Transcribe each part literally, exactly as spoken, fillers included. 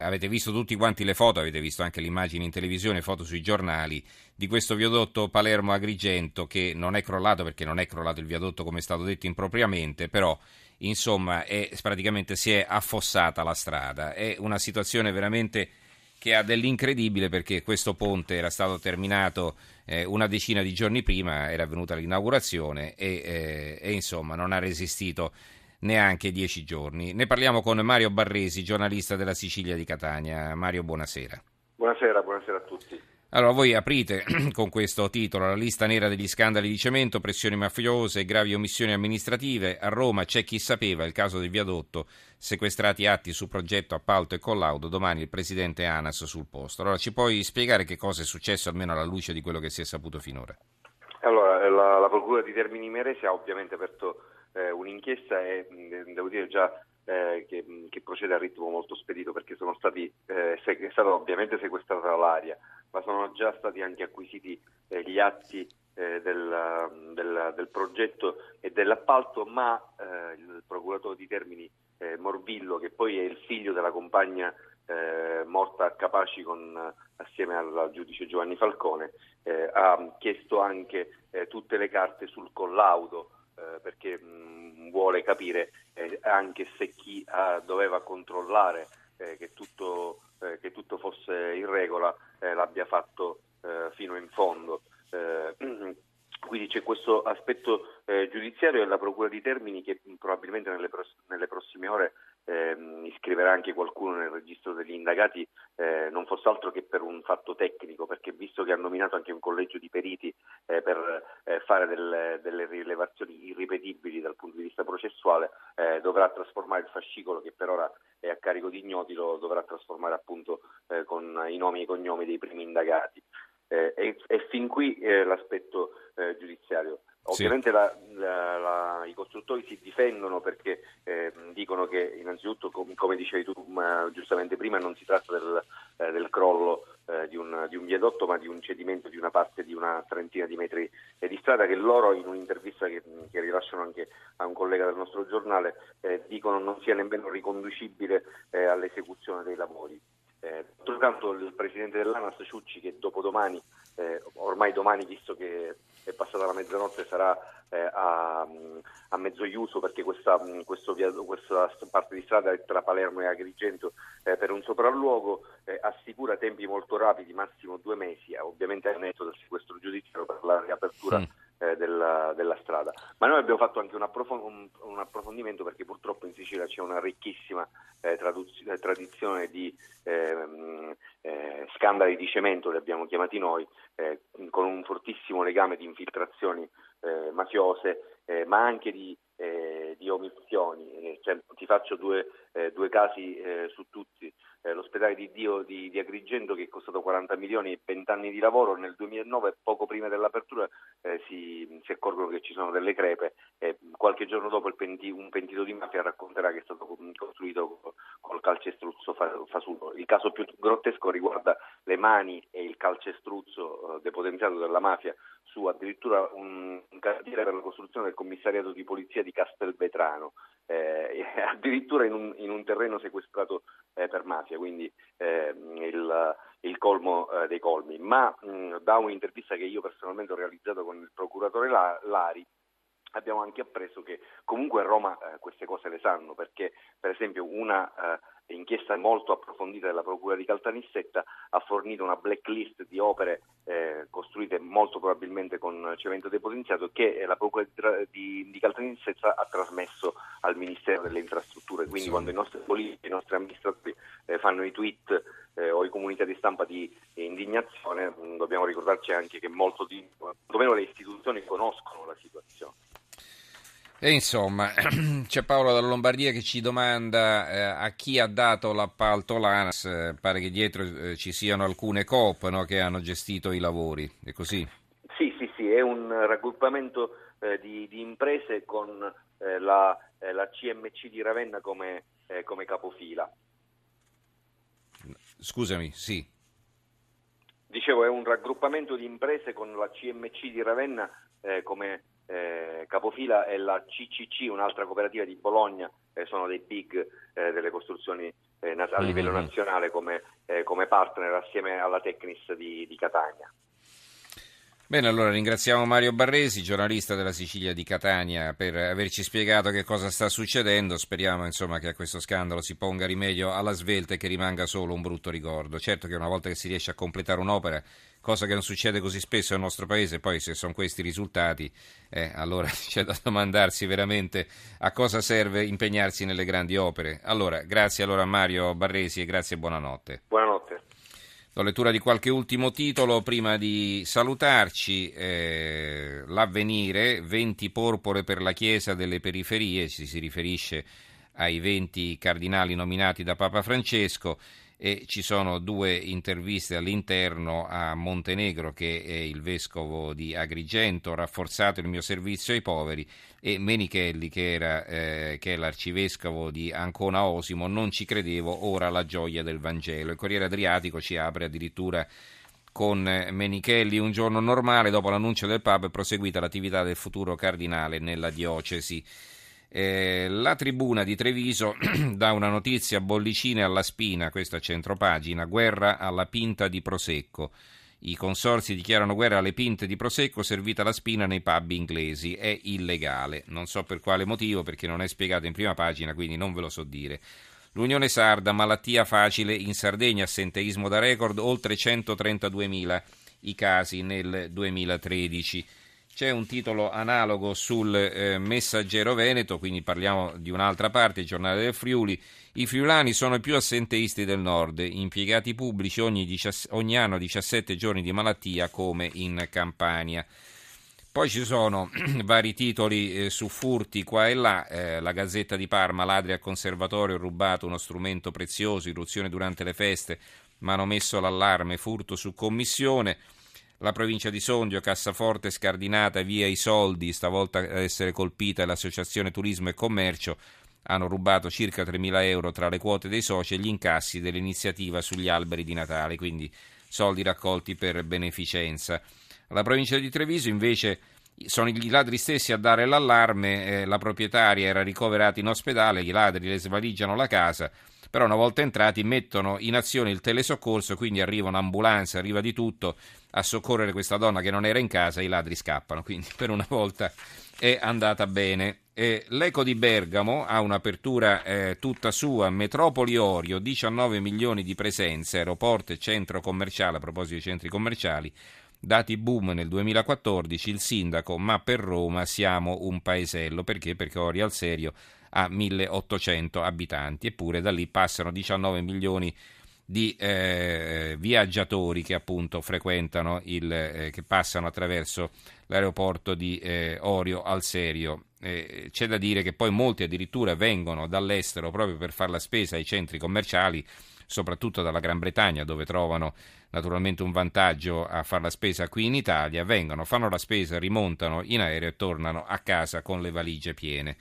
avete visto tutti quanti le foto, avete visto anche le immagini in televisione, foto sui giornali, di questo viadotto Palermo-Agrigento che non è crollato, perché non è crollato il viadotto come è stato detto impropriamente, però insomma è, praticamente si è affossata la strada. È una situazione veramente che ha dell'incredibile, perché questo ponte era stato terminato eh, una decina di giorni prima, era avvenuta l'inaugurazione e, eh, e insomma non ha resistito neanche dieci giorni. Ne parliamo con Mario Barresi, giornalista della Sicilia di Catania. Mario, buonasera. Buonasera, buonasera a tutti. Allora, voi aprite con questo titolo: la lista nera degli scandali di cemento, pressioni mafiose e gravi omissioni amministrative. A Roma c'è chi sapeva, il caso del viadotto, sequestrati atti su progetto, appalto e collaudo. Domani il presidente ANAS sul posto. Allora, ci puoi spiegare che cosa è successo, almeno alla luce di quello che si è saputo finora? Allora, la, la Procura di Termini Imerese ha ovviamente aperto eh, un'inchiesta e mh, devo dire già eh, che, che procede a ritmo molto spedito, perché sono stati eh, se, è stata ovviamente sequestrata l'area, ma sono già stati anche acquisiti eh, gli atti eh, del, del, del progetto e dell'appalto, ma eh, il procuratore di Termini eh, Morvillo, che poi è il figlio della compagna eh, morta a Capaci con, assieme al giudice Giovanni Falcone, eh, ha chiesto anche eh, tutte le carte sul collaudo, eh, perché mh, vuole capire eh, anche se chi eh, doveva controllare eh, che tutto eh, che tutto fosse in regola eh, l'abbia fatto eh, fino in fondo. Eh, quindi c'è questo aspetto eh, giudiziario, e la Procura di Termini, che probabilmente nelle, pros- nelle prossime ore eh, iscriverà anche qualcuno nel registro degli indagati, eh, non fosse altro che per un fatto tecnico, perché visto che ha nominato anche un collegio di periti eh, per eh, fare delle, delle rilevazioni irripetibili dal punto di vista processuale, eh, dovrà trasformare il fascicolo, che per ora è a carico di ignoti, lo dovrà trasformare appunto eh, con i nomi e i cognomi dei primi indagati. Eh, e, e fin qui eh, l'aspetto eh, giudiziario. Sì. Ovviamente la, la, la, i costruttori si difendono, perché eh, dicono che innanzitutto, com, come dicevi tu ma, giustamente prima, non si tratta del, eh, del crollo eh, di, un, di un viadotto, ma di un cedimento di una parte di una trentina di metri eh, di strada, che loro, in un'intervista che, che rilasciano anche a un collega del nostro giornale, eh, dicono non sia nemmeno riconducibile eh, all'esecuzione dei lavori. Eh, d'altro canto il presidente dell'ANAS Ciucci, che dopodomani, eh, ormai domani visto che è passata la mezzanotte, sarà eh, a, a Mezzoiuso, perché questa, questo via, questa parte di strada è tra Palermo e Agrigento, eh, per un sopralluogo, eh, assicura tempi molto rapidi, massimo due mesi, eh, ovviamente al netto del sequestro giudiziario per la riapertura mm. eh, della, della strada. Ma noi abbiamo fatto anche un, approfond- un, un approfondimento, perché purtroppo in Sicilia c'è una ricchissima eh, traduz- tradizione di eh, eh, scandali di cemento, li abbiamo chiamati noi, eh, con un fortissimo legame di infiltrazioni eh, mafiose, eh, ma anche di, eh, di omissioni. Eh, cioè, ti faccio due, eh, due casi eh, su tutti. Eh, l'ospedale di Dio di, di Agrigento, che è costato quaranta milioni e venti anni di lavoro, nel duemilanove, poco prima dell'apertura, eh, si, si accorgono che ci sono delle crepe, e qualche giorno dopo il penti, un pentito di mafia racconterà che è stato costruito col calcestruzzo Fasullo. Il caso più grottesco riguarda le mani e il calcestruzzo eh, depotenziato dalla mafia su addirittura un, un cantiere per la costruzione del commissariato di polizia di Castelvetrano, eh, addirittura in un, in un terreno sequestrato eh, per mafia, quindi eh, il, il colmo eh, dei colmi. Ma mh, da un'intervista che io personalmente ho realizzato con il procuratore Lari, abbiamo anche appreso che comunque a Roma eh, queste cose le sanno, perché per esempio una eh, inchiesta molto approfondita della Procura di Caltanissetta ha fornito una blacklist di opere eh, costruite molto probabilmente con cemento depotenziato, che la Procura di, di, di Caltanissetta ha trasmesso al Ministero delle Infrastrutture. Quindi sì, quando i nostri politici, i nostri amministratori eh, fanno i tweet eh, o i comunicati di stampa di eh, indignazione, mh, dobbiamo ricordarci anche che molto di, quantomeno le istituzioni conoscono la situazione. E insomma, c'è Paolo dalla Lombardia che ci domanda eh, a chi ha dato l'appalto l'ANAS. Eh, pare che dietro eh, ci siano alcune coop, no, che hanno gestito i lavori, è così? Sì, sì, sì, è un raggruppamento eh, di, di imprese con eh, la, eh, la C M C di Ravenna come, eh, come capofila. Scusami, sì. Dicevo, è un raggruppamento di imprese con la C M C di Ravenna eh, come eh, capofila, e la C C C, un'altra cooperativa di Bologna, eh, sono dei big eh, delle costruzioni eh, a livello mm-hmm. nazionale come, eh, come partner assieme alla Tecnis di, di Catania. Bene, allora ringraziamo Mario Barresi, giornalista della Sicilia di Catania, per averci spiegato che cosa sta succedendo. Speriamo insomma che a questo scandalo si ponga rimedio alla svelta e che rimanga solo un brutto ricordo. Certo che una volta che si riesce a completare un'opera, cosa che non succede così spesso nel nostro paese, poi se sono questi i risultati, eh, allora c'è da domandarsi veramente a cosa serve impegnarsi nelle grandi opere. Allora, grazie allora a Mario Barresi e grazie e buonanotte. Buonanotte. Do lettura di qualche ultimo titolo prima di salutarci. Eh, L'Avvenire, venti porpore per la Chiesa delle periferie, ci si riferisce ai venti cardinali nominati da Papa Francesco, e ci sono due interviste all'interno a Montenegro, che è il vescovo di Agrigento, rafforzato il mio servizio ai poveri, e Menichelli, che, era, eh, che è l'arcivescovo di Ancona Osimo, non ci credevo, ora la gioia del Vangelo. Il Corriere Adriatico ci apre addirittura con Menichelli: un giorno normale, dopo l'annuncio del Papa è proseguita l'attività del futuro cardinale nella diocesi. Eh, la Tribuna di Treviso dà una notizia: bollicine alla spina, questa a centropagina, guerra alla pinta di Prosecco. I consorzi dichiarano guerra alle pinte di Prosecco servita alla spina nei pub inglesi, è illegale. Non so per quale motivo, perché non è spiegato in prima pagina, quindi non ve lo so dire. L'Unione Sarda, malattia facile in Sardegna, assenteismo da record, oltre centotrentaduemila i casi nel duemilatredici. C'è un titolo analogo sul eh, Messaggero Veneto, quindi parliamo di un'altra parte, il giornale del Friuli. I friulani sono i più assenteisti del nord, impiegati pubblici ogni, diciass- ogni anno diciassette giorni di malattia come in Campania. Poi ci sono vari titoli eh, su furti qua e là. Eh, la Gazzetta di Parma: ladri al conservatorio, rubato uno strumento prezioso, irruzione durante le feste, ma hanno messo l'allarme, furto su commissione. La provincia di Sondrio, cassaforte scardinata, via i soldi, stavolta ad essere colpita è l'associazione Turismo e Commercio, hanno rubato circa tremila euro tra le quote dei soci e gli incassi dell'iniziativa sugli alberi di Natale, quindi soldi raccolti per beneficenza. Alla provincia di Treviso invece sono i ladri stessi a dare l'allarme, eh, la proprietaria era ricoverata in ospedale, i ladri le svaligiano la casa, però una volta entrati mettono in azione il telesoccorso, quindi arriva un'ambulanza, arriva di tutto a soccorrere questa donna che non era in casa, i ladri scappano, quindi per una volta è andata bene. E l'Eco di Bergamo ha un'apertura eh, tutta sua, Metropoli Orio, diciannove milioni di presenze, aeroporto e centro commerciale. A proposito di centri commerciali, dati boom nel duemilaquattordici, il sindaco: ma per Roma siamo un paesello. Perché? Perché Orio al Serio ha milleottocento abitanti, eppure da lì passano diciannove milioni di eh, viaggiatori che appunto frequentano il eh, che passano attraverso l'aeroporto di eh, Orio al Serio. Eh, c'è da dire che poi molti addirittura vengono dall'estero proprio per fare la spesa ai centri commerciali, soprattutto dalla Gran Bretagna, dove trovano naturalmente un vantaggio a fare la spesa qui in Italia, vengono, fanno la spesa, rimontano in aereo e tornano a casa con le valigie piene.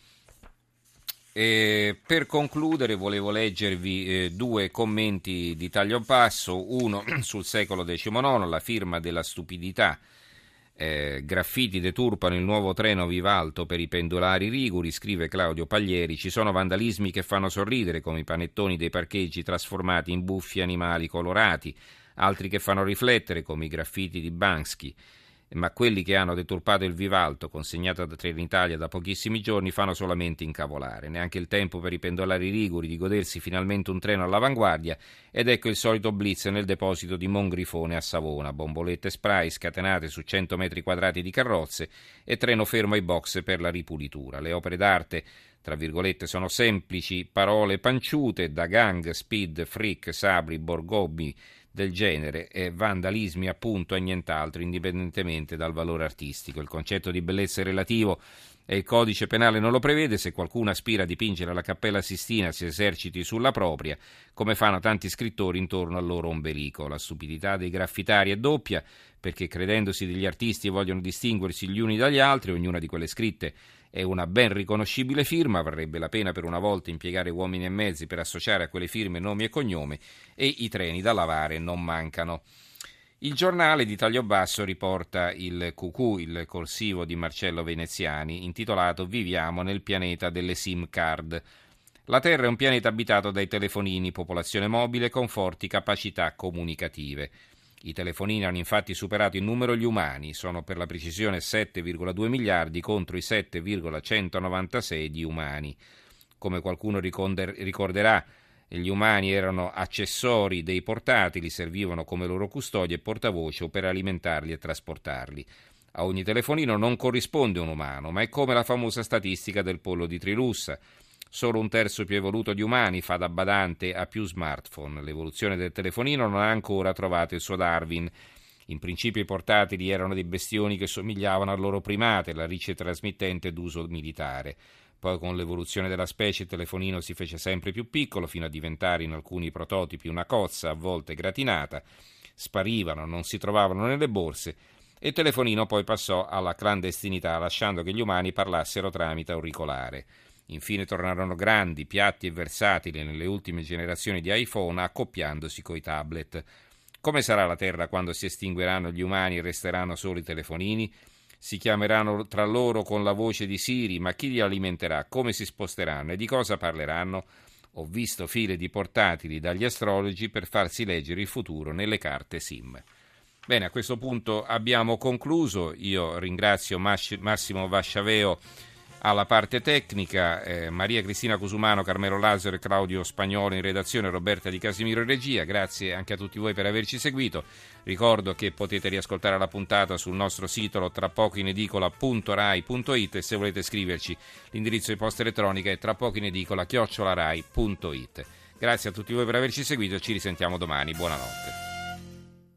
E per concludere volevo leggervi eh, due commenti di taglio basso, uno sul secolo diciannove, la firma della stupidità. Eh, graffiti deturpano il nuovo treno Vivalto per i pendolari liguri, scrive Claudio Paglieri. Ci sono vandalismi che fanno sorridere, come i panettoni dei parcheggi trasformati in buffi animali colorati, altri che fanno riflettere, come i graffiti di Banksy. Ma quelli che hanno deturpato il Vivalto, consegnato da Trenitalia da pochissimi giorni, fanno solamente incavolare. Neanche il tempo per i pendolari liguri di godersi finalmente un treno all'avanguardia, ed ecco il solito blitz nel deposito di Mongrifone a Savona, bombolette spray scatenate su cento metri quadrati di carrozze e treno fermo ai box per la ripulitura. Le opere d'arte, tra virgolette, sono semplici parole panciute, da gang, speed, freak, sabri, borgobbi del genere, e vandalismi appunto e nient'altro, indipendentemente dal valore artistico. Il concetto di bellezza è relativo e il codice penale non lo prevede. Se qualcuno aspira a dipingere la Cappella Sistina, si eserciti sulla propria, come fanno tanti scrittori intorno al loro ombelico. La stupidità dei graffitari è doppia, perché credendosi degli artisti vogliono distinguersi gli uni dagli altri. Ognuna di quelle scritte è una ben riconoscibile firma, varrebbe la pena per una volta impiegare uomini e mezzi per associare a quelle firme nomi e cognome, e i treni da lavare non mancano. Il Giornale di taglio basso riporta il Q Q, il corsivo di Marcello Veneziani, intitolato "Viviamo nel pianeta delle SIM card". La Terra è un pianeta abitato dai telefonini, popolazione mobile con forti capacità comunicative. I telefonini hanno infatti superato in numero gli umani, sono per la precisione sette virgola due miliardi contro i sette virgola centonovantasei di umani. Come qualcuno ricorderà, gli umani erano accessori dei portatili, servivano come loro custodia e portavoce o per alimentarli e trasportarli. A ogni telefonino non corrisponde un umano, ma è come la famosa statistica del pollo di Trilussa. Solo un terzo più evoluto di umani fa da badante a più smartphone. L'evoluzione del telefonino non ha ancora trovato il suo Darwin. In principio i portatili erano dei bestioni che somigliavano al loro primate, la riccia trasmittente d'uso militare. Poi con l'evoluzione della specie il telefonino si fece sempre più piccolo, fino a diventare in alcuni prototipi una cozza, a volte gratinata. Sparivano, non si trovavano nelle borse, e il telefonino poi passò alla clandestinità, lasciando che gli umani parlassero tramite auricolare. Infine tornarono grandi, piatti e versatili nelle ultime generazioni di iPhone, accoppiandosi coi tablet. Come sarà la Terra quando si estingueranno gli umani e resteranno solo i telefonini? Si chiameranno tra loro con la voce di Siri, ma chi li alimenterà? Come si sposteranno e di cosa parleranno? Ho visto file di portatili dagli astrologi per farsi leggere il futuro nelle carte SIM. Bene, a questo punto abbiamo concluso. Io ringrazio Massimo Vasciaveo alla parte tecnica, eh, Maria Cristina Cusumano, Carmelo Lazzaro e Claudio Spagnolo in redazione, Roberta Di Casimiro in regia. Grazie anche a tutti voi per averci seguito. Ricordo che potete riascoltare la puntata sul nostro sito tra poco in edicola punto rai punto it e se volete scriverci l'indirizzo di posta elettronica è tra poco in edicola chiocciola rai punto it. Grazie a tutti voi per averci seguito e ci risentiamo domani. Buonanotte.